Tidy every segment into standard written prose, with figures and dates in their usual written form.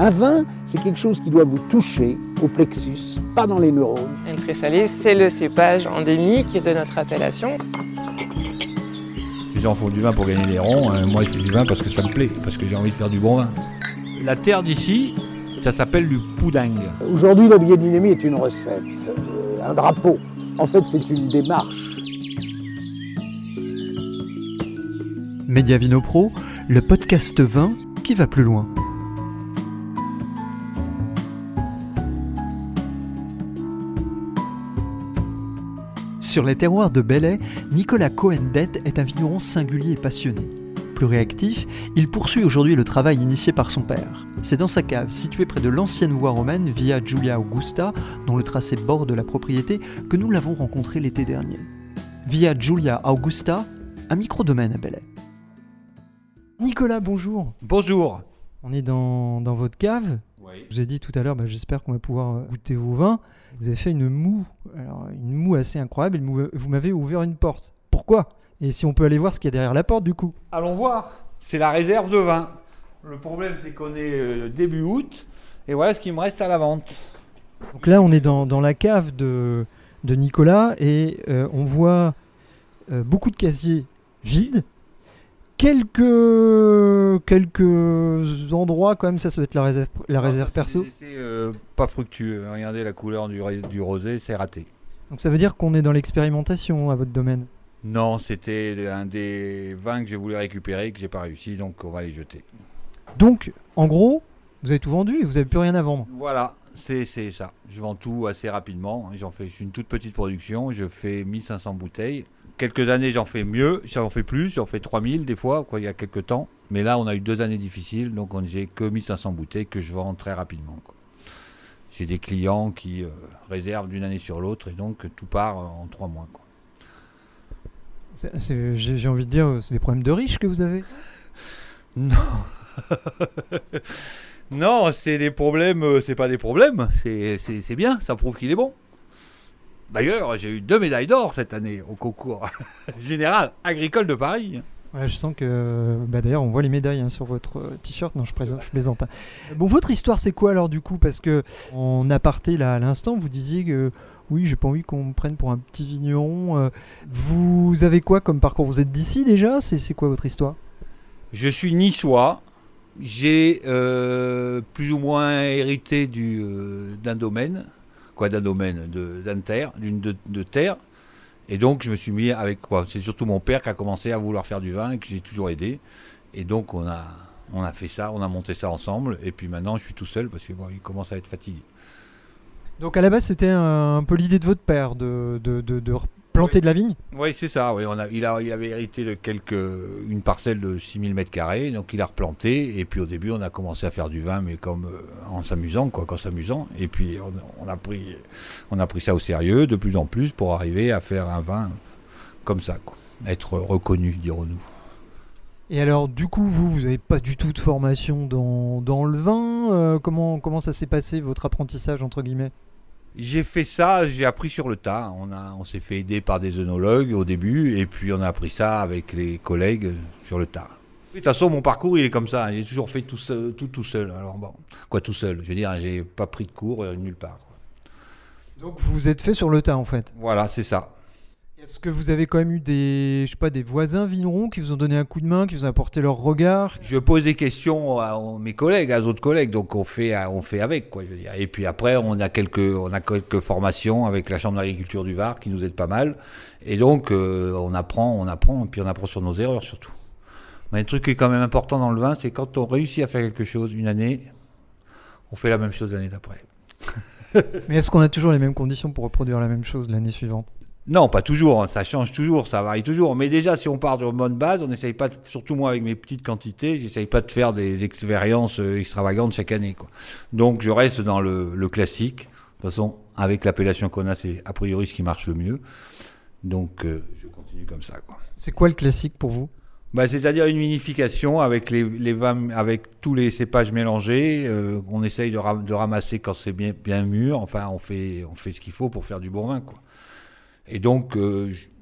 Un vin, c'est quelque chose qui doit vous toucher au plexus, pas dans les neurones. El Tréssalé, c'est le cépage endémique de notre appellation. Les gens font du vin pour gagner des ronds, moi je fais du vin parce que ça me plaît, parce que j'ai envie de faire du bon vin. La terre d'ici, ça s'appelle du pouding. Aujourd'hui, la biodynamie est une recette, un drapeau. En fait, c'est une démarche. Média Vino Pro, le podcast vin qui va plus loin. Sur les terroirs de Belley, Nicolas Cohen-Dett est un vigneron singulier et passionné. Plus réactif, il poursuit aujourd'hui le travail initié par son père. C'est dans sa cave, située près de l'ancienne voie romaine Via Julia Augusta, dont le tracé borde la propriété, que nous l'avons rencontré l'été dernier. Via Julia Augusta, un micro-domaine à Belley. Nicolas, bonjour. Bonjour. On est dans votre cave. Oui. Je vous ai dit tout à l'heure, j'espère qu'on va pouvoir goûter vos vins. Vous avez fait une moue, alors une moue assez incroyable, et vous m'avez ouvert une porte. Pourquoi ? Et si on peut aller voir ce qu'il y a derrière la porte du coup ? Allons voir, c'est la réserve de vin. Le problème c'est qu'on est début août, et voilà ce qui me reste à la vente. Donc là on est dans la cave de Nicolas, et on voit beaucoup de casiers vides. Quelques endroits quand même, ça doit être la réserve perso. C'est pas fructueux, regardez la couleur du rosé, c'est raté. Donc ça veut dire qu'on est dans l'expérimentation à votre domaine. Non, c'était un des vins que j'ai voulu récupérer, que j'ai pas réussi, donc on va les jeter. Donc, en gros, vous avez tout vendu et vous n'avez plus rien à vendre. Voilà, c'est ça. Je vends tout assez rapidement. Je suis une toute petite production, je fais 1500 bouteilles. Quelques années, j'en fais mieux, j'en fais plus, j'en fais 3000 des fois, il y a quelques temps. Mais là, on a eu 2 années difficiles, donc j'ai que 1500 bouteilles que je vends très rapidement. J'ai des clients qui réservent d'une année sur l'autre, et donc tout part en 3 mois. J'ai envie de dire, c'est des problèmes de riches que vous avez ? Non. Non, c'est des problèmes, c'est pas des problèmes, c'est bien, ça prouve qu'il est bon. D'ailleurs, j'ai eu 2 médailles d'or cette année au concours général agricole de Paris. Ouais, je sens que... d'ailleurs, on voit les médailles sur votre t-shirt. Non, je plaisante. Bon, votre histoire, c'est quoi alors du coup ? Parce que en aparté, là, à l'instant, vous disiez que oui, j'ai pas envie qu'on me prenne pour un petit vigneron. Vous avez quoi comme parcours ? Vous êtes d'ici déjà ? C'est quoi votre histoire ? Je suis niçois. J'ai plus ou moins hérité d'un domaine. De terre. Et donc, je me suis mis avec c'est surtout mon père qui a commencé à vouloir faire du vin et que j'ai toujours aidé. Et donc, on a fait ça, on a monté ça ensemble. Et puis maintenant, je suis tout seul parce que il commence à être fatigué. Donc, à la base, c'était un peu l'idée de votre père de planter de la vigne ? Oui, c'est ça. Oui. Il avait hérité de une parcelle de 6000 m², donc il a replanté. Et puis au début, on a commencé à faire du vin, mais comme en s'amusant, qu'en s'amusant. Et puis on a pris ça au sérieux de plus en plus pour arriver à faire un vin comme ça, être reconnu, dirons-nous. Et alors, du coup, vous n'avez pas du tout de formation dans le vin. Comment ça s'est passé, votre apprentissage, entre guillemets ? J'ai fait ça, j'ai appris sur le tas. On s'est fait aider par des œnologues au début, et puis on a appris ça avec les collègues sur le tas. De toute façon, mon parcours, il est comme ça. J'ai toujours fait tout seul. Alors bon, tout seul. Je veux dire, j'ai pas pris de cours nulle part. Donc vous vous êtes fait sur le tas, en fait. Voilà, c'est ça. Est-ce que vous avez quand même eu des voisins vignerons qui vous ont donné un coup de main, qui vous ont apporté leur regard ? Je pose des questions à mes collègues, aux autres collègues, donc on fait avec, je veux dire. Et puis après, on a quelques formations avec la Chambre d'agriculture du Var qui nous aide pas mal. Et donc, on apprend, et puis on apprend sur nos erreurs surtout. Mais un truc qui est quand même important dans le vin, c'est quand on réussit à faire quelque chose une année, on fait la même chose l'année d'après. Mais est-ce qu'on a toujours les mêmes conditions pour reproduire la même chose l'année suivante ? Non, pas toujours, ça change toujours, ça varie toujours. Mais déjà, si on part de bonne base, on n'essaye pas, surtout moi avec mes petites quantités, j'essaye pas de faire des expériences extravagantes chaque année, Donc je reste dans le classique. De toute façon, avec l'appellation qu'on a, c'est a priori ce qui marche le mieux. Donc je continue comme ça, C'est quoi le classique pour vous ? C'est-à-dire une vinification avec les vins, avec tous les cépages mélangés. On essaye de ramasser quand c'est bien mûr. Enfin, on fait ce qu'il faut pour faire du bon vin, Et donc,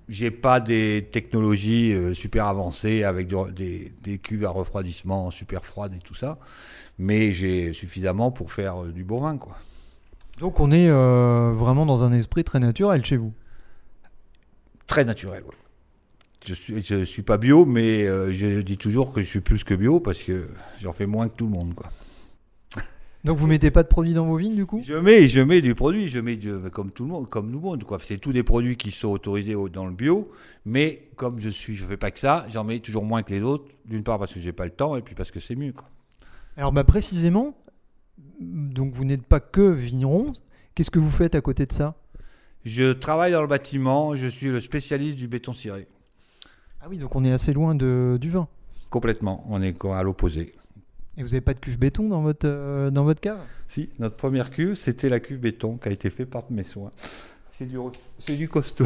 J'ai pas des technologies super avancées avec des cuves à refroidissement super froides et tout ça, mais j'ai suffisamment pour faire du bon vin, quoi. Donc on est vraiment dans un esprit très naturel chez vous. Très naturel, ouais. Je suis pas bio, mais je dis toujours que je suis plus que bio parce que j'en fais moins que tout le monde, quoi. Donc vous mettez pas de produits dans vos vignes du coup ? Je mets du produit, comme tout le monde, comme nous monde, quoi. C'est tous des produits qui sont autorisés dans le bio, mais comme je fais pas que ça, j'en mets toujours moins que les autres. D'une part parce que j'ai pas le temps et puis parce que c'est mieux, quoi. Alors précisément, donc vous n'êtes pas que vigneron. Qu'est-ce que vous faites à côté de ça ? Je travaille dans le bâtiment, je suis le spécialiste du béton ciré. Ah oui, donc on est assez loin du vin. Complètement, on est à l'opposé. Et vous n'avez pas de cuve béton dans votre cave ? Si, notre première cuve, c'était la cuve béton qui a été faite par mes soins. C'est du costaud.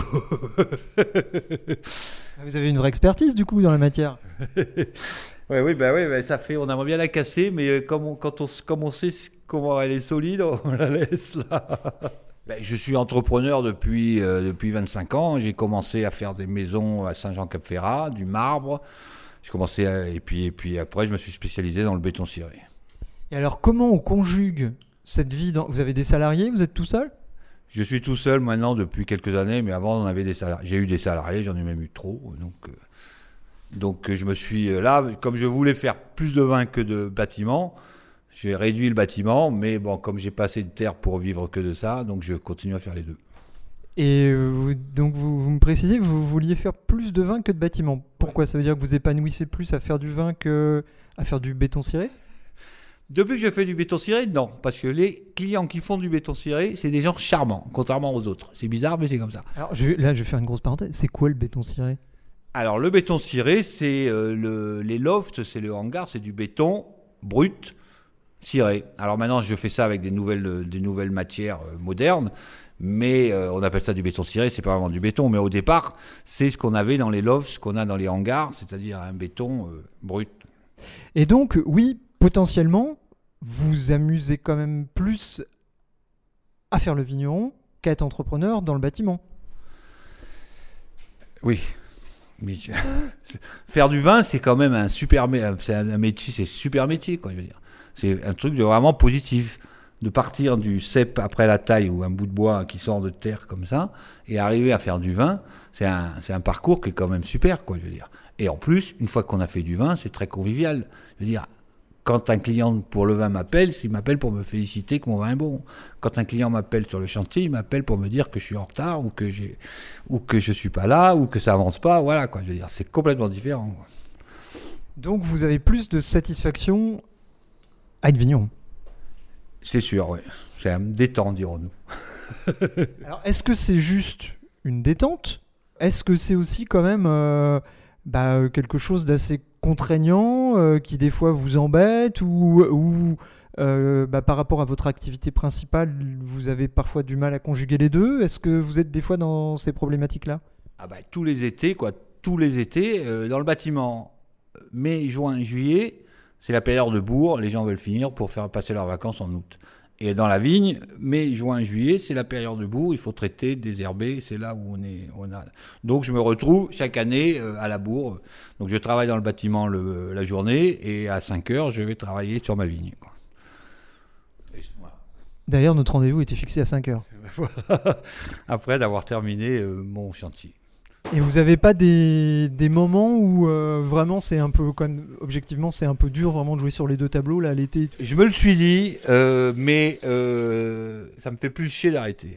Vous avez une vraie expertise du coup dans la matière. Oui, ça fait, on aimerait bien la casser, mais comme on sait comment elle est solide, on la laisse là. Je suis entrepreneur depuis 25 ans. J'ai commencé à faire des maisons à Saint-Jean-Cap-Ferrat, du marbre. J'ai commencé et puis après, je me suis spécialisé dans le béton ciré. Et alors, comment on conjugue cette vie Vous avez des salariés ? Vous êtes tout seul ? Je suis tout seul maintenant depuis quelques années, mais avant, on avait des salariés. J'ai eu des salariés, j'en ai même eu trop. Donc je me suis là, comme je voulais faire plus de vin que de bâtiment, j'ai réduit le bâtiment, mais bon, comme j'ai pas assez de terre pour vivre que de ça, donc je continue à faire les deux. Et donc vous me précisez que vous vouliez faire plus de vin que de bâtiment. Pourquoi ? Ça veut dire que vous épanouissez plus à faire du vin que à faire du béton ciré ? Depuis que je fais du béton ciré, non. Parce que les clients qui font du béton ciré, c'est des gens charmants, contrairement aux autres. C'est bizarre, mais c'est comme ça. Alors je vais faire une grosse parenthèse. C'est quoi le béton ciré ? Alors le béton ciré, c'est les lofts, c'est le hangar, c'est du béton brut ciré. Alors maintenant, je fais ça avec des nouvelles matières modernes. Mais on appelle ça du béton ciré, c'est pas vraiment du béton. Mais au départ, c'est ce qu'on avait dans les lofts, ce qu'on a dans les hangars, c'est-à-dire un béton brut. Et donc, oui, potentiellement, vous amusez quand même plus à faire le vigneron qu'à être entrepreneur dans le bâtiment. Oui. Mais faire du vin, c'est quand même un métier, c'est super métier, quoi, je veux dire. C'est un truc de vraiment positif. De partir du cep après la taille ou un bout de bois qui sort de terre comme ça et arriver à faire du vin, c'est un parcours qui est quand même super, quoi, je veux dire. Et en plus, une fois qu'on a fait du vin, c'est très convivial. Je veux dire, quand un client pour le vin m'appelle, il m'appelle pour me féliciter que mon vin est bon. Quand un client m'appelle sur le chantier, il m'appelle pour me dire que je suis en retard ou que je suis pas là ou que ça avance pas. Voilà, quoi, je veux dire, c'est complètement différent, quoi. Donc vous avez plus de satisfaction à être vigneron. C'est sûr, oui. C'est un détente, dirons-nous. Alors, est-ce que c'est juste une détente ? Est-ce que c'est aussi quand même quelque chose d'assez contraignant qui des fois vous embête ou par rapport à votre activité principale, vous avez parfois du mal à conjuguer les deux ? Est-ce que vous êtes des fois dans ces problématiques-là ? Tous les étés, dans le bâtiment, mai, juin, juillet, c'est la période de bourre, les gens veulent finir pour faire passer leurs vacances en août. Et dans la vigne, mai, juin, juillet, c'est la période de bourre, il faut traiter, désherber, c'est là où on a. Donc je me retrouve chaque année à la bourre. Donc je travaille dans le bâtiment la journée et à 5 heures, je vais travailler sur ma vigne, quoi. D'ailleurs, notre rendez-vous était fixé à 5 heures. Voilà. Après d'avoir terminé mon chantier. Et vous n'avez pas des moments où vraiment c'est un peu, objectivement, c'est un peu dur vraiment de jouer sur les deux tableaux là l'été ? Je me le suis dit, mais ça me fait plus chier d'arrêter.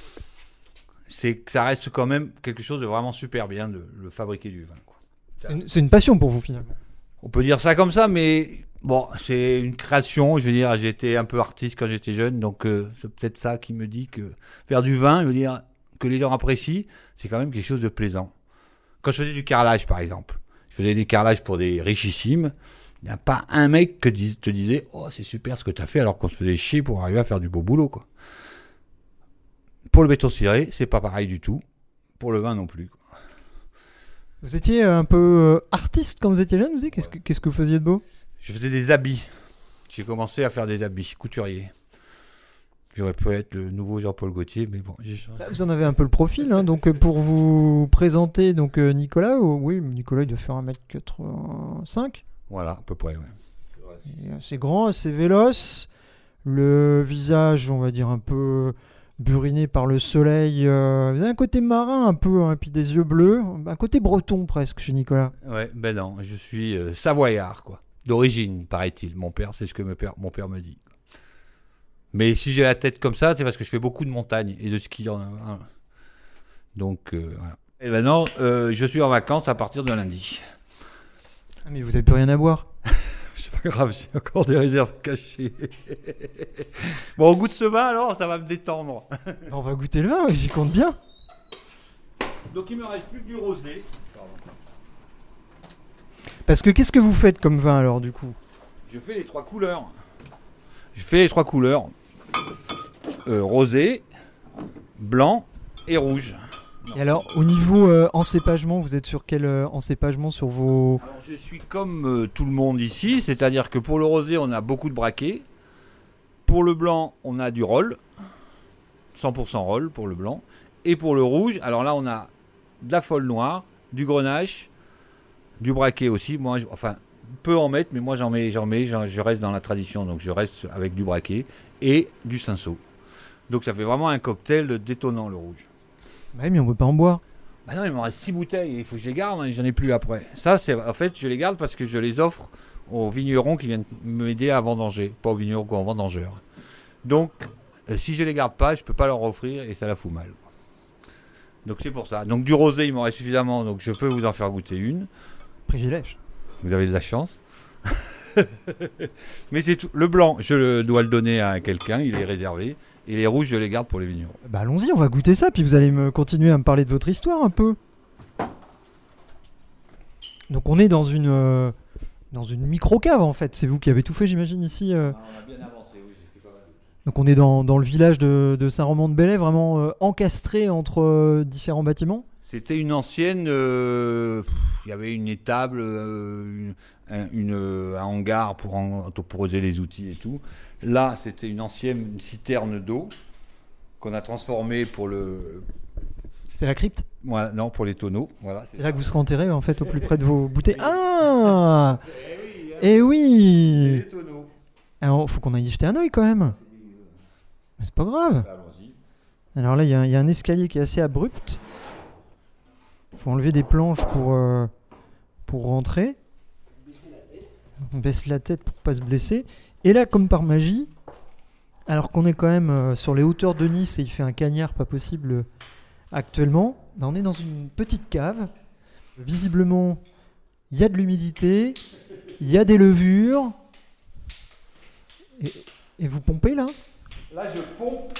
C'est que ça reste quand même quelque chose de vraiment super bien de le fabriquer du vin, quoi. C'est une passion pour vous finalement. On peut dire ça comme ça, mais bon, c'est une création. Je veux dire, j'ai été un peu artiste quand j'étais jeune, donc c'est peut-être ça qui me dit que faire du vin, je veux dire, que les gens apprécient, c'est quand même quelque chose de plaisant. Quand je faisais du carrelage, par exemple, je faisais des carrelages pour des richissimes, il n'y a pas un mec qui te disait « Oh, c'est super ce que tu as fait », alors qu'on se faisait chier pour arriver à faire du beau boulot, quoi. Pour le béton ciré, c'est pas pareil du tout. Pour le vin non plus, quoi. Vous étiez un peu artiste quand vous étiez jeune, vous savez, qu'est-ce que vous faisiez de beau ? Je faisais des habits. J'ai commencé à faire des habits, couturier. J'aurais pu être le nouveau Jean-Paul Gaultier, mais bon, j'ai changé. Vous en avez un peu le profil, hein, donc pour vous présenter donc Nicolas, oui, Nicolas il doit faire 1m85. Voilà, à peu près, ouais. Il est assez grand, assez véloce. Le visage, on va dire, un peu buriné par le soleil. Vous avez un côté marin un peu, hein, puis des yeux bleus. Un côté breton presque chez Nicolas. Ouais, ben non, je suis savoyard, quoi. D'origine, paraît-il. Mon père, c'est ce que mon père me dit. Mais si j'ai la tête comme ça, c'est parce que je fais beaucoup de montagne et de ski. Donc, voilà. Et maintenant, je suis en vacances à partir de lundi. Ah, mais vous n'avez plus rien à boire. C'est pas grave, j'ai encore des réserves cachées. Bon, on goûte ce vin alors, ça va me détendre. On va goûter le vin, j'y compte bien. Donc il me reste plus que du rosé. Parce que qu'est-ce que vous faites comme vin alors du coup? Je fais les 3 couleurs. Rosé, blanc et rouge. Et alors au niveau encépagement, vous êtes sur quel encépagement sur vos... Alors, je suis comme tout le monde ici, c'est-à-dire que pour le rosé, on a beaucoup de braquet. Pour le blanc, on a du roll. 100% roll pour le blanc. Et pour le rouge, alors là, on a de la folle noire, du grenache, du braquet aussi. Moi, enfin, peu en mettre, mais moi, je reste dans la tradition. Donc, je reste avec du braquet et du cinsault. Donc, ça fait vraiment un cocktail détonnant, le rouge. Bah mais on peut pas en boire. Bah non, il me reste 6 bouteilles, il faut que je les garde, j'en ai plus après. Ça, c'est en fait, je les garde parce que je les offre aux vignerons qui viennent m'aider à vendanger, pas aux vignerons qu'aux vendangeurs. Donc, si je les garde pas, je peux pas leur offrir et ça la fout mal. Donc c'est pour ça. Donc du rosé, il m'en reste suffisamment, donc je peux vous en faire goûter une. Privilège. Vous avez de la chance. Mais c'est tout. Le blanc, je dois le donner à quelqu'un, il est réservé. Et les rouges, je les garde pour les vignerons. Bah allons-y, on va goûter ça, puis vous allez me continuer à me parler de votre histoire un peu. Donc on est dans une micro-cave en fait, c'est vous qui avez tout fait j'imagine ici. On a bien avancé, oui, j'ai fait pas mal. Donc on est dans le village de Saint-Roman-de-Belley, vraiment encastré entre différents bâtiments. C'était une ancienne, il y avait une étable, un hangar pour poser les outils et tout. Là, c'était une ancienne citerne d'eau qu'on a transformée pour le... C'est la crypte? Ouais, non, pour les tonneaux. Voilà, c'est là que vous serez enterré en fait au plus près de vos bouteilles. Ah eh oui. C'est les tonneaux. Alors, faut qu'on aille y jeter un œil quand même. Mais c'est pas grave. Allons-y. Alors là, il y a un escalier qui est assez abrupt. Il faut enlever des planches pour rentrer. On baisse la tête pour pas se blesser. Et là, comme par magie, alors qu'on est quand même sur les hauteurs de Nice et il fait un cagnard pas possible actuellement, ben on est dans une petite cave. Visiblement, il y a de l'humidité, il y a des levures. Et vous pompez là? Là, je pompe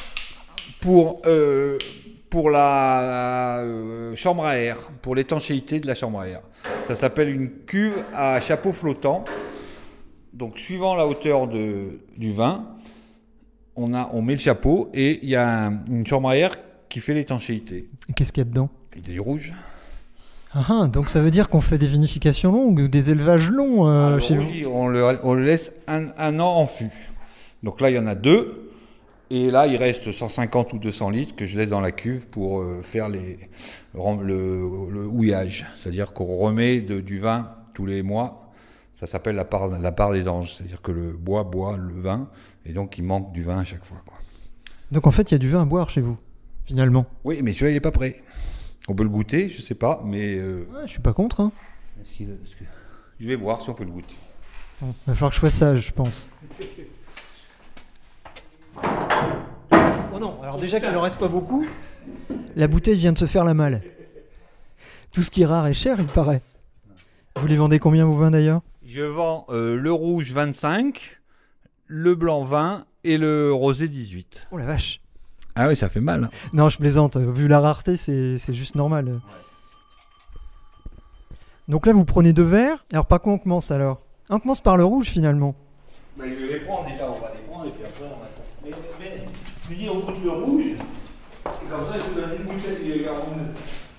pour la chambre à air, pour l'étanchéité de la chambre à air. Ça s'appelle une cuve à chapeau flottant. Donc, suivant la hauteur du vin, on met le chapeau et il y a une chambre à air qui fait l'étanchéité. Et qu'est-ce qu'il y a dedans? Il y a du rouge. Ah, donc ça veut dire qu'on fait des vinifications longues ou des élevages longs chez vous? On le laisse un an en fût. Donc là, il y en a 2. Et là, il reste 150 ou 200 litres que je laisse dans la cuve pour faire le houillage. C'est-à-dire qu'on remet du vin tous les mois. Ça s'appelle la part des anges. C'est-à-dire que le bois boit le vin. Et donc, il manque du vin à chaque fois, quoi. Donc, en fait, il y a du vin à boire chez vous, finalement. Oui, mais celui-là, il n'est pas prêt. On peut le goûter, je ne sais pas, mais... Ouais, je ne suis pas contre. Hein. Je vais voir si on peut le goûter. Bon, il va falloir que je sois sage, je pense. Oh non, alors déjà qu'il n'en reste pas beaucoup, la bouteille vient de se faire la malle. Tout ce qui est rare et cher, il paraît. Vous les vendez combien, vos vins, d'ailleurs? Je vends le rouge 25, le blanc 20 et le rosé 18. Oh la vache. Ah oui, ça fait mal. Non, je plaisante. Vu la rareté, c'est juste normal. Ouais. Donc là, vous prenez 2 verres. Alors, par quoi on commence alors? On commence par le rouge, finalement. Je vais les prendre déjà, on va les prendre et puis après on va... Mais je dis, on goûte le rouge, et comme ça, je vous donne une bouteille de rouge.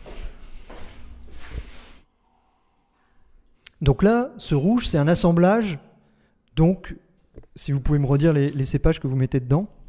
Donc là, ce rouge, c'est un assemblage. Donc, si vous pouvez me redire les cépages que vous mettez dedans.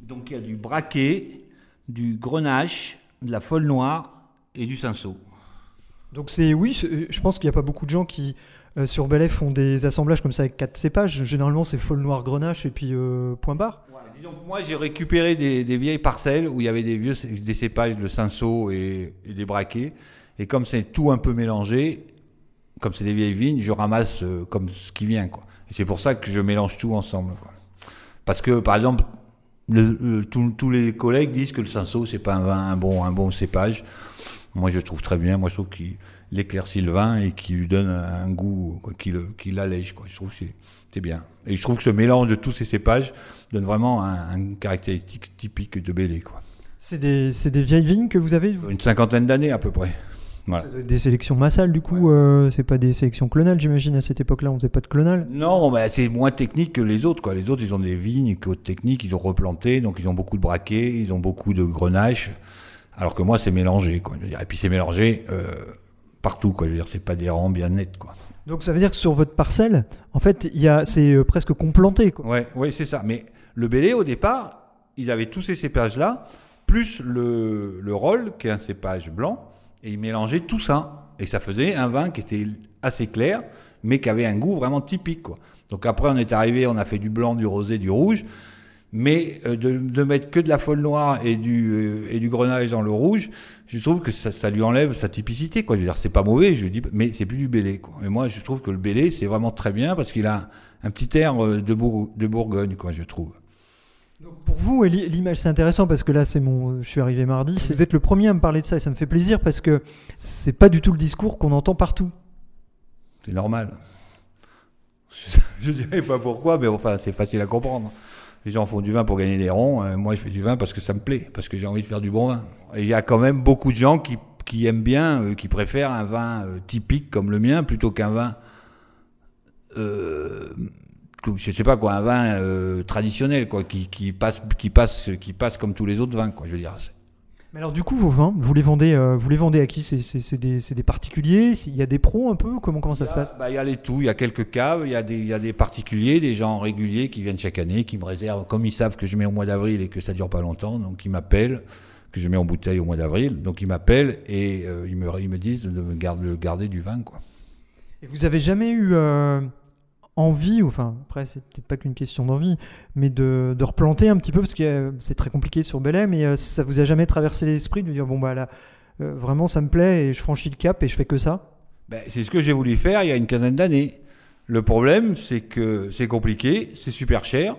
Donc il y a du braquet, du grenache, de la folle noire et du cinsault. Donc je pense qu'il n'y a pas beaucoup de gens qui, sur Belley, font des assemblages comme ça avec 4 cépages. Généralement, c'est folle noire, grenache et puis point barre. Voilà, disons que moi, j'ai récupéré des vieilles parcelles où il y avait des cépages, le cinsault et des braquets. Et comme c'est tout un peu mélangé, comme c'est des vieilles vignes, je ramasse comme ce qui vient, quoi. Et c'est pour ça que je mélange tout ensemble, quoi. Parce que, par exemple, tous les collègues disent que le cinsault, c'est pas un bon cépage. Moi, je le trouve très bien. Moi, je trouve qu'il éclaircit le vin et qu'il lui donne un goût, quoi, qui l'allège, quoi. Je trouve que c'est bien. Et je trouve que ce mélange de tous ces cépages donne vraiment une caractéristique typique de Belley, quoi. C'est des vieilles vignes que vous avez Une 50aine d'années, à peu près. Voilà. Des sélections massales, du coup, c'est pas des sélections clonales, j'imagine. À cette époque-là, on faisait pas de clonal. Non, mais c'est moins technique que les autres, quoi. Les autres, ils ont des vignes côte techniques, ils ont replanté, donc ils ont beaucoup de braquets, ils ont beaucoup de grenache. Alors que moi, c'est mélangé, quoi. Je veux dire. Et puis c'est mélangé partout, quoi. Je veux dire, c'est pas des rangs bien nets, quoi. Donc ça veut dire que sur votre parcelle, en fait, c'est presque complanté, quoi. Ouais, c'est ça. Mais le Belley, au départ, ils avaient tous ces cépages-là, plus le Roll, qui est un cépage blanc, et ils mélangeaient tout ça. Et ça faisait un vin qui était assez clair, mais qui avait un goût vraiment typique, quoi. Donc après, on est arrivé, on a fait du blanc, du rosé, du rouge. Mais de mettre que de la folle noire et du grenache dans le rouge, je trouve que ça lui enlève sa typicité, quoi. Je veux dire, c'est pas mauvais, je dis, mais c'est plus du Belley, quoi. Et moi, je trouve que le Belley, c'est vraiment très bien parce qu'il a un petit air de Bourgogne, quoi, je trouve. Donc pour vous, et l'image, c'est intéressant parce que là, je suis arrivé mardi. Vous êtes le premier à me parler de ça et ça me fait plaisir parce que c'est pas du tout le discours qu'on entend partout. C'est normal. Je dirais pas pourquoi, mais enfin, c'est facile à comprendre. Les gens font du vin pour gagner des ronds. Moi, je fais du vin parce que ça me plaît, parce que j'ai envie de faire du bon vin. Et il y a quand même beaucoup de gens qui aiment bien, qui préfèrent un vin typique comme le mien plutôt qu'un vin, je sais pas quoi, un vin traditionnel, quoi, qui passe comme tous les autres vins, quoi. Je veux dire. Mais alors du coup, vos vins, vous les vendez à qui ? C'est des particuliers ? Il y a des pros un peu ? Comment ça se passe ? Il y a les tout, il y a quelques caves, il y a des particuliers, des gens réguliers qui viennent chaque année, qui me réservent, comme ils savent que je mets au mois d'avril et que ça dure pas longtemps, donc ils m'appellent, que je mets en bouteille au mois d'avril, donc ils m'appellent et ils me disent de garder du vin, quoi. Et vous avez jamais eu envie, enfin après c'est peut-être pas qu'une question d'envie, mais de replanter un petit peu, parce que c'est très compliqué sur Belley, mais ça vous a jamais traversé l'esprit de dire bon bah là vraiment ça me plaît et je franchis le cap et je fais que ça ? C'est ce que j'ai voulu faire il y a une quinzaine d'années. Le problème, c'est que c'est compliqué, c'est super cher.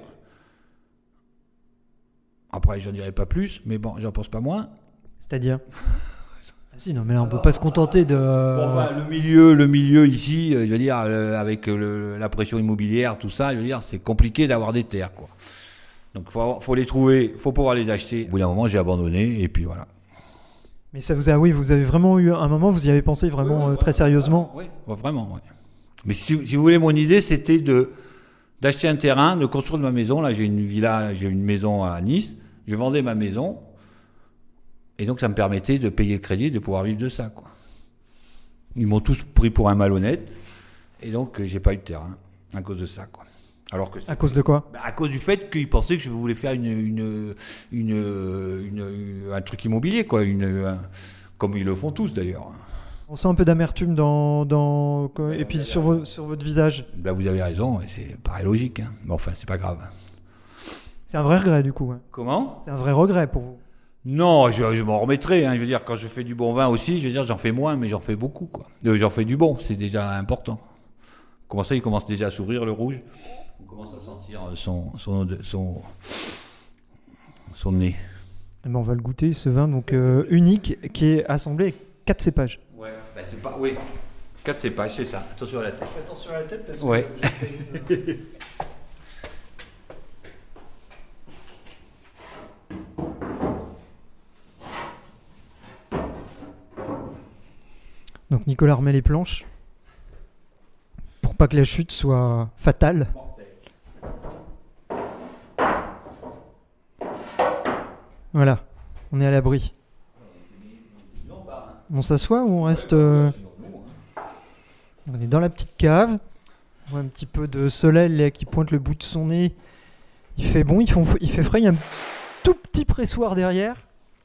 Après j'en dirai pas plus, mais bon, j'en pense pas moins. C'est-à-dire si, non, mais là, on peut pas se contenter de... Enfin, le milieu ici, je veux dire, avec la pression immobilière, tout ça, je veux dire, c'est compliqué d'avoir des terres, quoi. Donc, faut les trouver, faut pouvoir les acheter. Au bout d'un moment, j'ai abandonné, et puis voilà. Mais ça vous avez vraiment eu un moment, vous y avez pensé vraiment très sérieusement ? Oui, vraiment, oui. Mais si vous voulez, mon idée, c'était d'acheter un terrain, de construire ma maison. Là, j'ai une maison à Nice, je vendais ma maison. Et donc, ça me permettait de payer le crédit et de pouvoir vivre de ça, quoi. Ils m'ont tous pris pour un malhonnête. Et donc, j'ai pas eu de terrain à cause de ça, quoi. Alors que à cause de quoi ? À cause du fait qu'ils pensaient que je voulais faire un truc immobilier, quoi. Comme ils le font tous, d'ailleurs. On sent un peu d'amertume et puis sur votre visage. Vous avez raison, et c'est pareil logique, hein. Mais enfin, c'est pas grave. C'est un vrai regret, du coup. Hein. Comment ? C'est un vrai regret pour vous. Non, je m'en remettrai, hein. Je veux dire, quand je fais du bon vin aussi, je veux dire, j'en fais moins, mais j'en fais beaucoup, quoi. J'en fais du bon, c'est déjà important. Comment ça, il commence déjà à s'ouvrir, le rouge. On commence à sentir son nez. Eh ben, on va le goûter, ce vin donc unique, qui est assemblé avec 4 cépages. Ouais, c'est pas... Oui, 4 cépages, c'est ça. Attention à la tête. Fais attention à la tête, parce que... Ouais. Donc Nicolas remet les planches pour pas que la chute soit fatale. Voilà, on est à l'abri. On s'assoit ou on reste... On est dans la petite cave. On voit un petit peu de soleil là, qui pointe le bout de son nez. Il fait bon, il fait frais. Il y a tout petit pressoir derrière.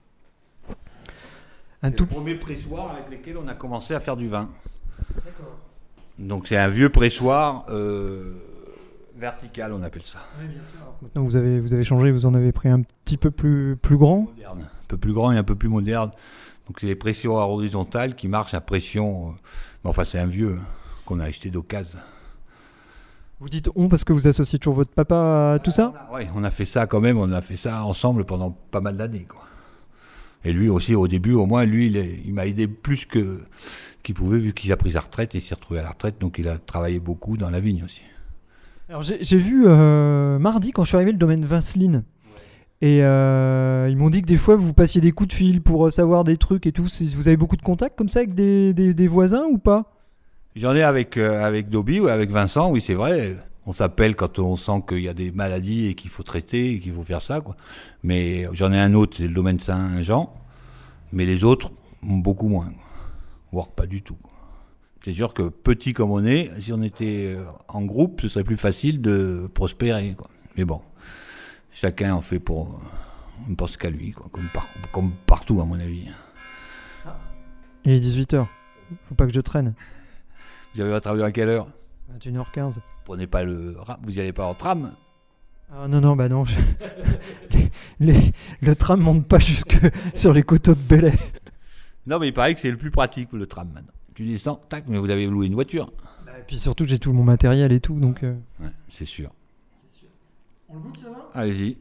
C'est le premier pressoir avec lequel on a commencé à faire du vin. D'accord. Donc c'est un vieux pressoir vertical, on appelle ça. Oui, bien sûr. Maintenant vous avez changé, vous en avez pris un petit peu plus grand. Moderne. Un peu plus grand et un peu plus moderne. Donc c'est des pressoirs horizontales qui marchent à pression. Mais enfin c'est un vieux qu'on a acheté d'occasion. Vous dites on parce que vous associez toujours votre papa à tout ça ? Oui, on a fait ça quand même, on a fait ça ensemble pendant pas mal d'années, quoi. Et lui aussi, au début, au moins, lui, il m'a aidé plus qu'il pouvait, vu qu'il a pris sa retraite et il s'est retrouvé à la retraite, donc il a travaillé beaucoup dans la vigne aussi. Alors j'ai vu mardi, quand je suis arrivé, le domaine Vinceline. Et ils m'ont dit que des fois, vous passiez des coups de fil pour savoir des trucs et tout. Vous avez beaucoup de contacts comme ça avec des voisins ou pas ? J'en ai avec Dobby ou avec Vincent, oui, c'est vrai. On s'appelle quand on sent qu'il y a des maladies et qu'il faut traiter et qu'il faut faire ça, quoi. Mais j'en ai un autre, c'est le domaine Saint-Jean. Mais les autres, beaucoup moins, voire pas du tout, quoi. C'est sûr que petit comme on est, si on était en groupe, ce serait plus facile de prospérer, quoi. Mais bon, chacun en fait on ne pense qu'à lui, quoi, comme partout à mon avis. Il est 18h, faut pas que je traîne. Vous avez votre avion à quelle heure ? 21h15. Prenez pas vous n'y allez pas en tram ? Ah non, bah non. Le tram monte pas jusque sur les coteaux de Belley. Non, mais il paraît que c'est le plus pratique, le tram, maintenant. Tu descends, tac, mais vous avez loué une voiture. Et puis surtout, j'ai tout mon matériel et tout, donc... Ouais, c'est sûr. On le goûte, ça va ? Allez-y.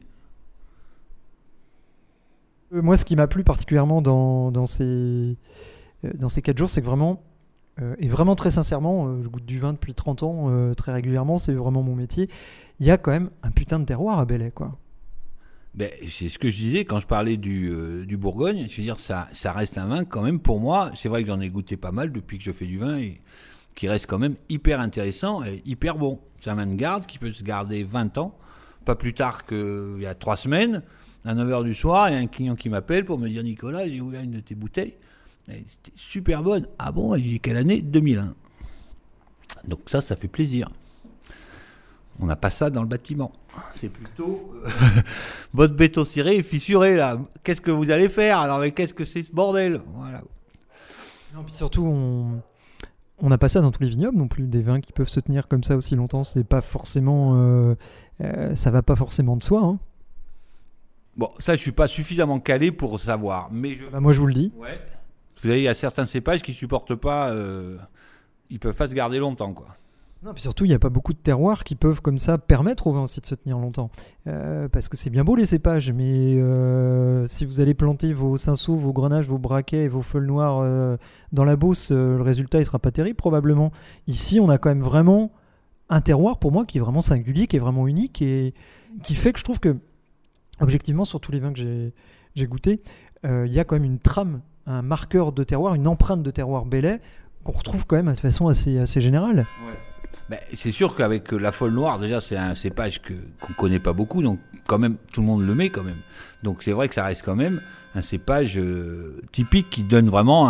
Moi, ce qui m'a plu particulièrement dans ces 4 jours, c'est que vraiment... et vraiment très sincèrement, je goûte du vin depuis 30 ans, très régulièrement, c'est vraiment mon métier. Il y a quand même un putain de terroir à Belley, quoi. Ben, c'est ce que je disais quand je parlais du Bourgogne. Je veux dire, ça reste un vin quand même pour moi. C'est vrai que j'en ai goûté pas mal depuis que je fais du vin et qui reste quand même hyper intéressant et hyper bon. C'est un vin de garde qui peut se garder 20 ans. Pas plus tard qu'il y a 3 semaines, à 9h du soir, il y a un client qui m'appelle pour me dire « Nicolas, j'ai ouvert une de tes bouteilles. Elle était super bonne. » « Ah bon ?» « Il est quelle année ? 2001. » Donc ça fait plaisir. On n'a pas ça dans le bâtiment. C'est plutôt votre béton ciré est fissuré là. Qu'est-ce que vous allez faire ? Alors mais qu'est-ce que c'est ce bordel ? Voilà. Non, puis surtout on n'a pas ça dans tous les vignobles non plus. Des vins qui peuvent se tenir comme ça aussi longtemps, c'est pas forcément ça va pas forcément de soi. Hein. Bon, ça je suis pas suffisamment calé pour savoir, mais moi je vous le dis. Ouais. Vous savez, il y a certains cépages qui supportent pas, ils peuvent pas se garder longtemps, quoi. Non, puis surtout, il n'y a pas beaucoup de terroirs qui peuvent comme ça permettre au vin aussi de se tenir longtemps. Parce que c'est bien beau les cépages, mais si vous allez planter vos cinceaux, vos grenaches, vos braquets et vos feuilles noires dans la Beauce, le résultat ne sera pas terrible probablement. Ici, on a quand même vraiment un terroir pour moi qui est vraiment singulier, qui est vraiment unique et qui fait que je trouve que, objectivement, sur tous les vins que j'ai goûtés, il y a quand même une trame, un marqueur de terroir, une empreinte de terroir Belley qu'on retrouve quand même de façon assez générale. Ouais. Ben, c'est sûr qu'avec la folle noire, déjà c'est un cépage qu'on connaît pas beaucoup, donc quand même tout le monde le met quand même. Donc c'est vrai que ça reste quand même un cépage typique qui donne vraiment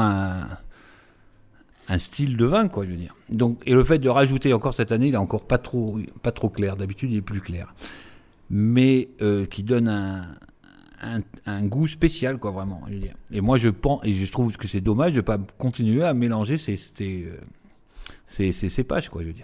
un style de vin, quoi, je veux dire. Donc, et le fait de rajouter encore cette année, il est encore pas trop clair. D'habitude il est plus clair, mais qui donne un goût spécial, quoi, vraiment, je veux dire. Et moi je pense, et je trouve que c'est dommage de pas continuer à mélanger ces cépages, quoi, je veux dire.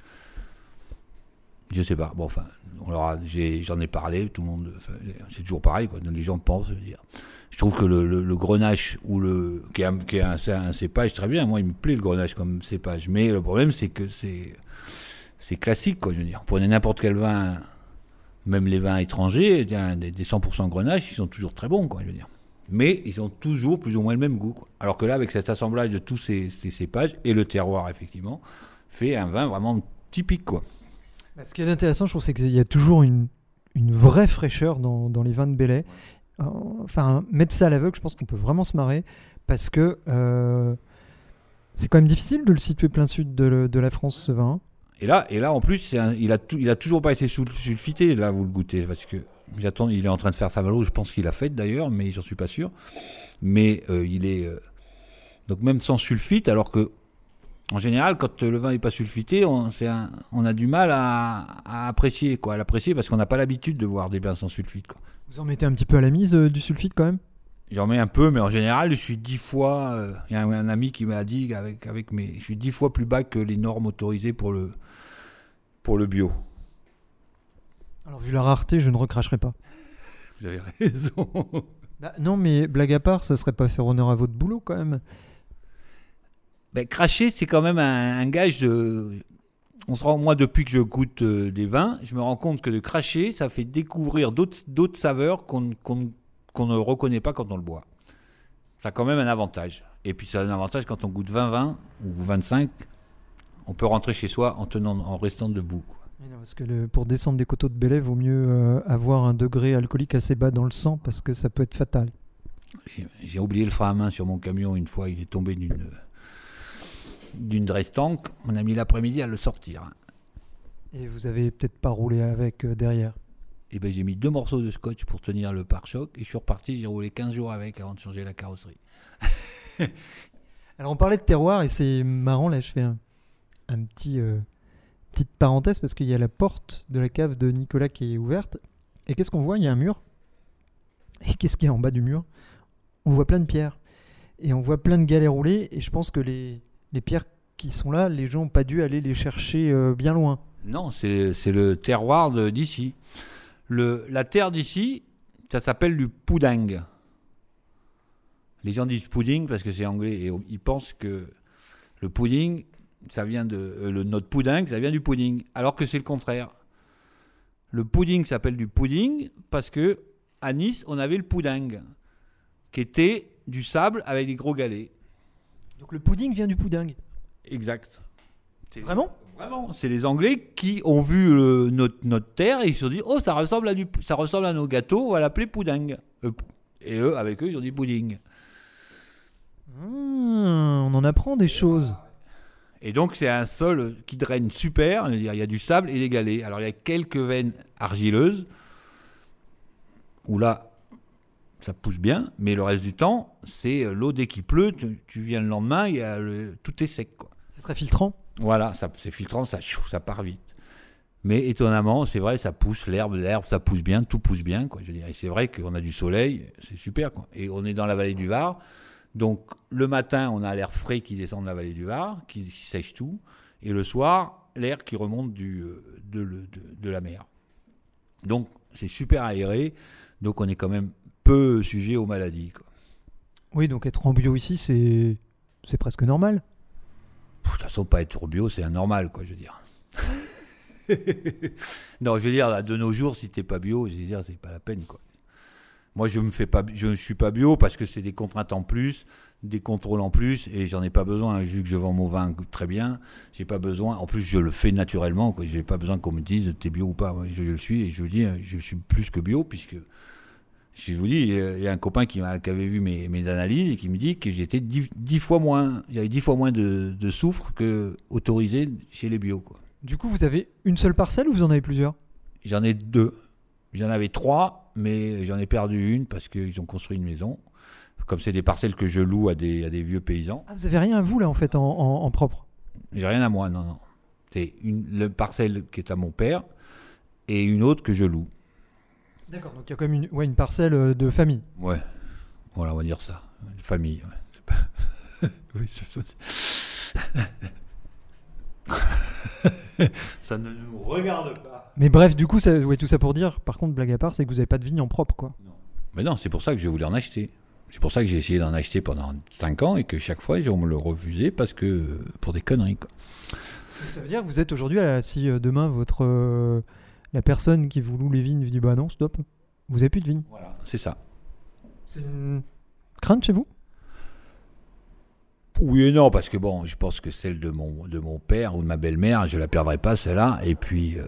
Je sais pas, bon, enfin, j'en ai parlé, tout le monde, c'est toujours pareil, quoi, les gens pensent, je veux dire. Je trouve que le grenache, qui est un cépage très bien, moi il me plaît le grenache comme cépage, mais le problème c'est que c'est classique, quoi, je veux dire. Prenez n'importe quel vin, même les vins étrangers, des 100% grenache, ils sont toujours très bons, quoi, je veux dire. Mais ils ont toujours plus ou moins le même goût, quoi. Alors que là, avec cet assemblage de tous ces cépages, et le terroir, effectivement, fait un vin vraiment typique, quoi. Ce qui est intéressant, je trouve, c'est qu'il y a toujours une vraie fraîcheur dans les vins de Belley. Enfin, mettre ça à l'aveugle, je pense qu'on peut vraiment se marrer, parce que c'est quand même difficile de le situer plein sud de la France, ce vin. Et là, en plus, il a toujours pas été sulfité, là, vous le goûtez, parce que j'attends, il est en train de faire sa valo, je pense qu'il l'a fait d'ailleurs, mais j'en suis pas sûr. Mais il est donc même sans sulfite, alors que en général, quand le vin n'est pas sulfité, on a du mal à apprécier, quoi, à l'apprécier, parce qu'on n'a pas l'habitude de voir des vins sans sulfite, quoi. Vous en mettez un petit peu à la mise du sulfite quand même? J'en mets un peu, mais en général, je suis 10 fois. Il y a un ami qui m'a dit je suis 10 fois plus bas que les normes autorisées pour le bio. Alors vu la rareté, je ne recracherai pas. Vous avez raison. Bah, non, mais blague à part, ça serait pas faire honneur à votre boulot quand même. Ben, cracher, c'est quand même un gage de. Moi, depuis que je goûte des vins, je me rends compte que de cracher, ça fait découvrir d'autres saveurs qu'on ne reconnaît pas quand on le boit. Ça a quand même un avantage. Et puis, ça a un avantage quand on goûte 20 ou 25, on peut rentrer chez soi en restant debout, quoi. Mais non, parce que pour descendre des coteaux de Belley, vaut mieux avoir un degré alcoolique assez bas dans le sang parce que ça peut être fatal. J'ai oublié le frein à main sur mon camion une fois, il est tombé d'une dress tank. On a mis l'après-midi à le sortir. Et vous avez peut-être pas roulé avec derrière? Et ben j'ai mis 2 morceaux de scotch pour tenir le pare-choc et je suis reparti, j'ai roulé 15 jours avec avant de changer la carrosserie. Alors on parlait de terroir et c'est marrant, là je fais un petit petite parenthèse parce qu'il y a la porte de la cave de Nicolas qui est ouverte. Et qu'est-ce qu'on voit? Il y a un mur. Et qu'est-ce qu'il y a en bas du mur? On voit plein de pierres. Et on voit plein de galets roulés. Et je pense que les pierres qui sont là, les gens n'ont pas dû aller les chercher bien loin. Non, c'est le terroir d'ici. La terre d'ici, ça s'appelle du pudding. Les gens disent pudding parce que c'est anglais et ils pensent que le pudding, ça vient notre pudding, ça vient du pudding, alors que c'est le contraire. Le pudding s'appelle du pudding parce que à Nice, on avait le pudding, qui était du sable avec des gros galets. Donc le pudding vient du pudding. Exact. Vraiment ? Vraiment. C'est les Anglais qui ont vu notre terre et ils se sont dit « Oh, ça ressemble à nos gâteaux, on va l'appeler pudding. » Et eux, avec eux, ils ont dit pudding. On en apprend des choses. Et donc, c'est un sol qui draine super. Il y a du sable et des galets. Alors, il y a quelques veines argileuses où là, ça pousse bien. Mais le reste du temps, c'est l'eau dès qu'il pleut. Tu viens le lendemain, tout est sec, quoi. C'est très filtrant. Voilà, c'est filtrant, ça part vite. Mais étonnamment, c'est vrai, ça pousse, l'herbe, ça pousse bien, tout pousse bien, quoi. Je veux dire. Et c'est vrai qu'on a du soleil, c'est super, quoi. Et on est dans la vallée du Var. Donc, le matin, on a l'air frais qui descend de la vallée du Var, qui sèche tout. Et le soir, l'air qui remonte de la mer. Donc, c'est super aéré. Donc, on est quand même peu sujet aux maladies, quoi. Oui, donc être en bio ici, c'est presque normal. De toute façon, pas être bio, c'est anormal, quoi, je veux dire. Non, je veux dire, là, de nos jours, si t'es pas bio, je veux dire, c'est pas la peine, quoi. Moi, je ne suis pas bio parce que c'est des contraintes en plus, des contrôles en plus, et j'en ai pas besoin. Vu que je vends mon vin très bien, j'ai pas besoin. En plus, je le fais naturellement, quoi. J'ai pas besoin qu'on me dise t'es bio ou pas. Ouais, je le suis, et je vous dis, je suis plus que bio, puisque je vous dis, il y a un copain qui avait vu mes analyses et qui me dit que j'étais 10 fois moins. J'avais 10 fois moins de soufre que autorisé chez les bio, quoi. Du coup, vous avez une seule parcelle ou vous en avez plusieurs? J'en ai 2. J'en avais 3, mais j'en ai perdu une parce qu'ils ont construit une maison. Comme c'est des parcelles que je loue à des vieux paysans. Ah, vous avez rien à vous là en fait en propre? J'ai rien à moi, non. C'est la parcelle qui est à mon père et une autre que je loue. D'accord, donc il y a quand même une parcelle de famille. Ouais, voilà, on va dire ça. Une famille, ouais. C'est pas... oui, ça ne nous regarde pas. Mais bref, du coup, tout ça pour dire, par contre, blague à part, c'est que vous n'avez pas de vigne en propre, quoi. Non. Mais non, c'est pour ça que je voulais en acheter. C'est pour ça que j'ai essayé d'en acheter pendant 5 ans et que chaque fois, on me le refusait parce que pour des conneries, quoi. Ça veut dire que vous êtes aujourd'hui, si demain, la personne qui vous loue les vignes vous dit bah non, stop, vous n'avez plus de vigne. Voilà, c'est ça. C'est une crainte chez vous? Oui et non, parce que bon, je pense que celle de mon père ou de ma belle-mère, je la perdrai pas, celle-là. Et puis,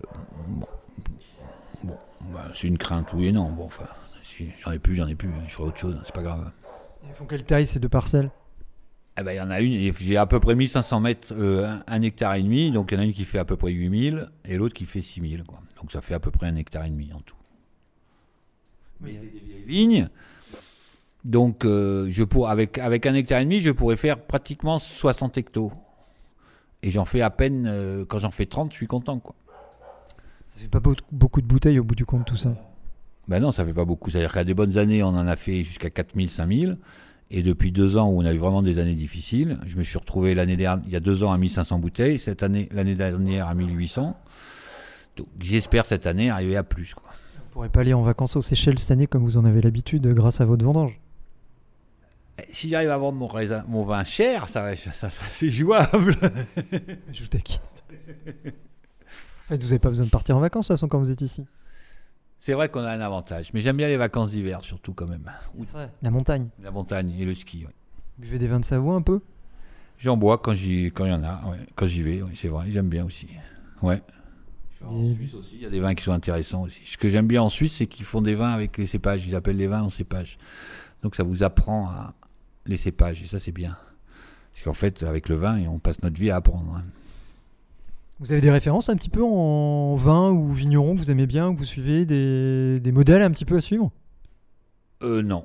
c'est une crainte, oui et non. Bon, enfin, si j'en ai plus, je ferai autre chose, c'est pas grave. Ils font quelle taille ces deux parcelles? Eh ben, il y en a une, j'ai à peu près 1500 mètres, 1 hectare et demi, donc il y en a une qui fait à peu près 8000 et l'autre qui fait 6000, quoi. Donc ça fait à peu près 1 hectare et demi en tout. Mais c'est des vieilles vignes. Donc, avec 1 hectare et demi, je pourrais faire pratiquement 60 hectos. Et j'en fais à peine, quand j'en fais 30, je suis content, quoi. Ça fait pas beaucoup de bouteilles au bout du compte, tout ça. Ben non, ça fait pas beaucoup. C'est-à-dire qu'à des bonnes années, on en a fait jusqu'à 4000, 5000. Et depuis 2 ans où on a eu vraiment des années difficiles, je me suis retrouvé il y a 2 ans à 1500 bouteilles, l'année dernière à 1800. Donc j'espère cette année arriver à plus, quoi. Vous ne pourrez pas aller en vacances aux Seychelles cette année comme vous en avez l'habitude grâce à votre vendange. Si j'arrive à vendre mon vin cher, ça c'est jouable. Je vous taquine. En fait, vous n'avez pas besoin de partir en vacances de toute façon quand vous êtes ici. C'est vrai qu'on a un avantage, mais j'aime bien les vacances d'hiver surtout quand même. La montagne. La montagne et le ski, ouais. Vous buvez des vins de Savoie un peu? J'en bois quand il y en a, ouais. Quand j'y vais, ouais, c'est vrai, j'aime bien aussi. Ouais. En Suisse aussi, il y a des vins qui sont intéressants aussi. Ce que j'aime bien en Suisse, c'est qu'ils font des vins avec les cépages. Ils appellent les vins en cépages. Donc ça vous apprend les cépages, et ça c'est bien. Parce qu'en fait, avec le vin, on passe notre vie à apprendre. Hein. Vous avez des références un petit peu en vin ou vigneron que vous aimez bien, que vous suivez, des modèles un petit peu à suivre? Non.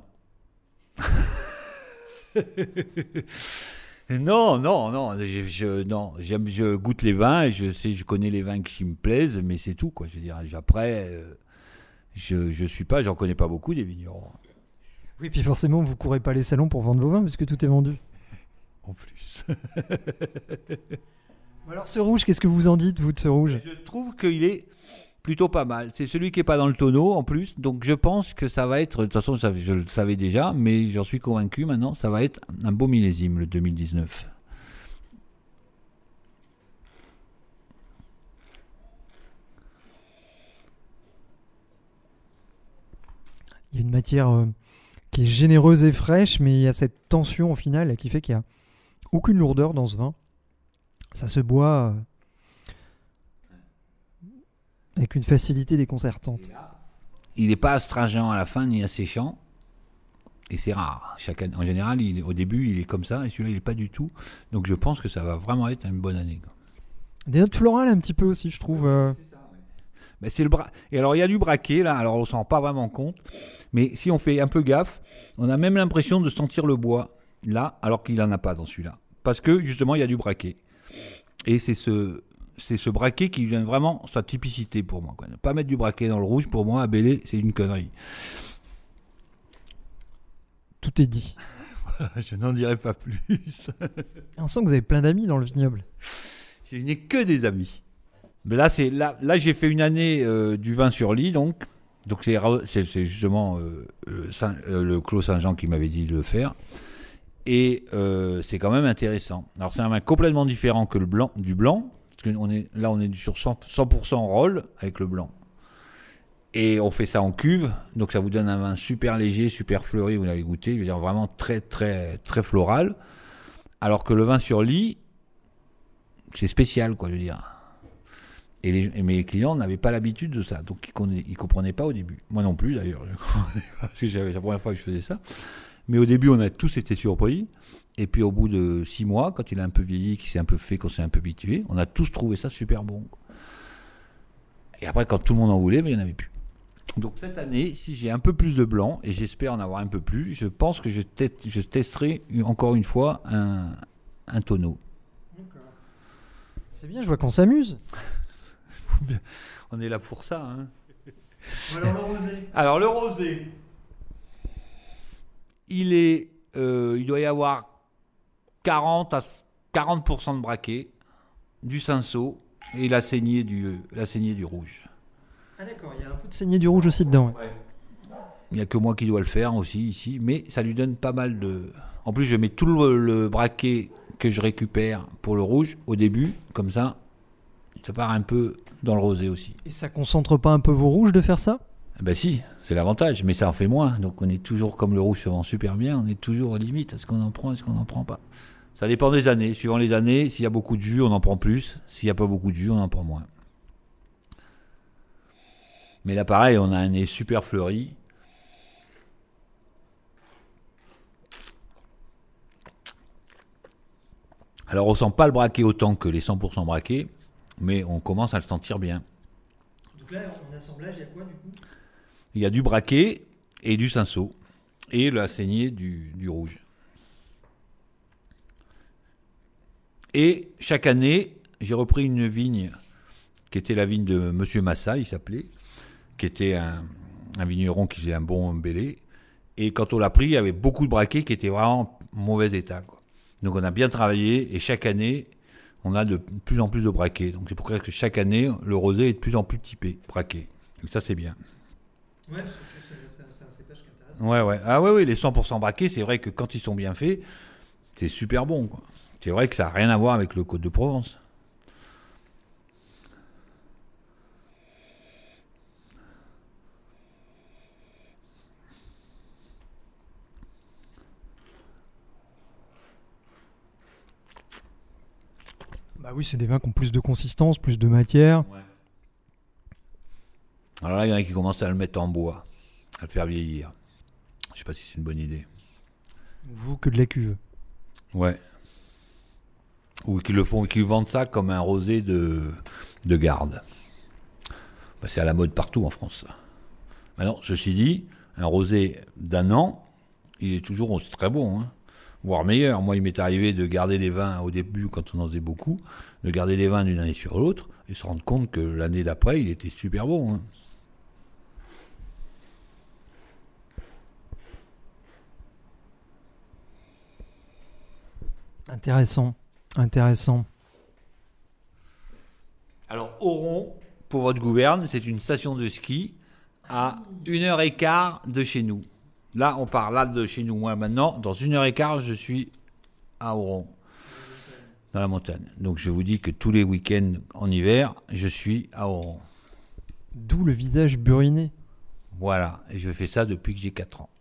Non. Non. Je goûte les vins et je connais les vins qui me plaisent, mais c'est tout, quoi. Je veux dire, après, je suis pas, j'en connais pas beaucoup des vignerons. Oui, puis forcément, vous courez pas les salons pour vendre vos vins puisque tout est vendu. En plus. Alors ce rouge, qu'est-ce que vous en dites, vous, de ce rouge? Je trouve qu'il est plutôt pas mal. C'est celui qui est pas dans le tonneau en plus, donc je pense que ça va être, de toute façon je le savais déjà, mais j'en suis convaincu maintenant, ça va être un beau millésime le 2019. Il y a une matière qui est généreuse et fraîche, mais il y a cette tension au final qui fait qu'il n'y a aucune lourdeur dans ce vin. Ça se boit avec une facilité déconcertante. Il n'est pas astringent à la fin ni asséchant. Et c'est rare. En général, au début, il est comme ça. Et celui-là, il n'est pas du tout. Donc je pense que ça va vraiment être une bonne année. Des notes florales un petit peu aussi, je trouve. C'est ça, ouais. Ben, et alors, il y a du braquet, là. Alors, on ne s'en rend pas vraiment compte. Mais si on fait un peu gaffe, on a même l'impression de sentir le bois, là, alors qu'il n'en a pas dans celui-là. Parce que, justement, il y a du braquet. Et c'est ce braquet qui vient vraiment sa typicité pour moi, quoi. Ne pas mettre du braquet dans le rouge, pour moi, à Belley, c'est une connerie. Tout est dit. Je n'en dirai pas plus. On sent que vous avez plein d'amis dans le vignoble. Je n'ai que des amis. Mais là, j'ai fait une année du vin sur lit, donc c'est justement le Clos Saint-Jean qui m'avait dit de le faire. Et c'est quand même intéressant. Alors c'est un vin complètement différent que du blanc, parce qu'on est sur 100% roll avec le blanc. Et on fait ça en cuve, donc ça vous donne un vin super léger, super fleuri, vous l'avez goûté, je veux dire vraiment très très très floral. Alors que le vin sur lit, c'est spécial, quoi, je veux dire. Et mes clients n'avaient pas l'habitude de ça, donc ils comprenaient pas au début. Moi non plus d'ailleurs, parce que c'est la première fois que je faisais ça. Mais au début, on a tous été surpris. Et puis au bout de 6 mois, quand il a un peu vieilli, qu'il s'est un peu fait, qu'on s'est un peu habitué, on a tous trouvé ça super bon. Et après, quand tout le monde en voulait, mais il n'y en avait plus. Donc cette année, si j'ai un peu plus de blanc, et j'espère en avoir un peu plus, je pense que je testerai encore une fois un tonneau. C'est bien, je vois qu'on s'amuse. On est là pour ça. Hein. Alors le rosé. Alors le rosé, il doit y avoir 40% de braquet, du cinsault et la saignée du rouge. Ah d'accord, il y a un peu de saignée du rouge aussi dedans. Ouais. Il n'y a que moi qui dois le faire aussi ici, mais ça lui donne pas mal de... En plus, je mets tout le braquet que je récupère pour le rouge au début, comme ça part un peu dans le rosé aussi. Et ça concentre pas un peu vos rouges de faire ça ? Ben si, c'est l'avantage, mais ça en fait moins. Donc on est toujours, comme le rouge se vend super bien, on est toujours limite. Est-ce qu'on en prend, est-ce qu'on n'en prend pas ? Ça dépend des années. Suivant les années, s'il y a beaucoup de jus, on en prend plus. S'il n'y a pas beaucoup de jus, on en prend moins. Mais là, pareil, on a un nez super fleuri. Alors on sent pas le braquet autant que les 100% braqués, mais on commence à le sentir bien. Donc là, en assemblage, il y a quoi du coup ? Il y a du braquet et du cinsault et la saignée du rouge. Et chaque année, j'ai repris une vigne qui était la vigne de Monsieur Massa, il s'appelait, qui était un vigneron qui faisait un bon Bélé. Et quand on l'a pris, il y avait beaucoup de braquets qui étaient vraiment en mauvais état, quoi. Donc on a bien travaillé et chaque année, on a de plus en plus de braquets. Donc c'est pour ça que chaque année, le rosé est de plus en plus typé, braqué. Donc ça, c'est bien. Ouais, parce que c'est un cépage qui est intéressant. Ouais. Ah ouais, les 100% braqués, c'est vrai que quand ils sont bien faits, c'est super bon, quoi. C'est vrai que ça n'a rien à voir avec le Côte de Provence. Bah oui, c'est des vins qui ont plus de consistance, plus de matière. Ouais. Alors là, il y en a qui commencent à le mettre en bois, à le faire vieillir. Je sais pas si c'est une bonne idée. Vous, que de la cuve. Ouais. Ou qu'ils vendent ça comme un rosé de garde. Bah, c'est à la mode partout en France. Maintenant, ceci dit, un rosé d'un an, il est toujours aussi très bon, hein. Voire meilleur. Moi, il m'est arrivé de garder des vins au début, quand on en faisait beaucoup, de garder des vins d'une année sur l'autre et se rendre compte que l'année d'après, il était super bon, hein. Intéressant. Alors, Oron, pour votre gouverne, c'est une station de ski à 1h15 de chez nous. Là, on part là de chez nous. Moi, maintenant, dans 1h15, je suis à Oron, dans la montagne. Donc, je vous dis que tous les week-ends en hiver, je suis à Oron. D'où le visage buriné. Voilà. Et je fais ça depuis que j'ai 4 ans.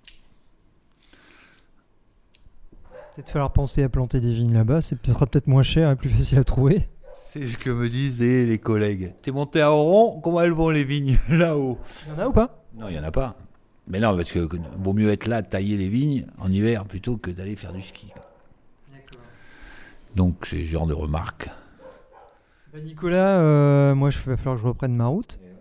Peut-être falloir penser à planter des vignes là-bas. Ce sera peut-être moins cher et plus facile à trouver. C'est ce que me disaient les collègues. T'es monté à Oron, comment elles vont les vignes là-haut? Il y en a ou pas? Non, il n'y en a pas. Mais non, parce que vaut mieux être là, tailler les vignes en hiver, plutôt que d'aller faire du ski. D'accord. Donc, c'est ce genre de remarques. Bah Nicolas, moi, il va falloir que je reprenne ma route.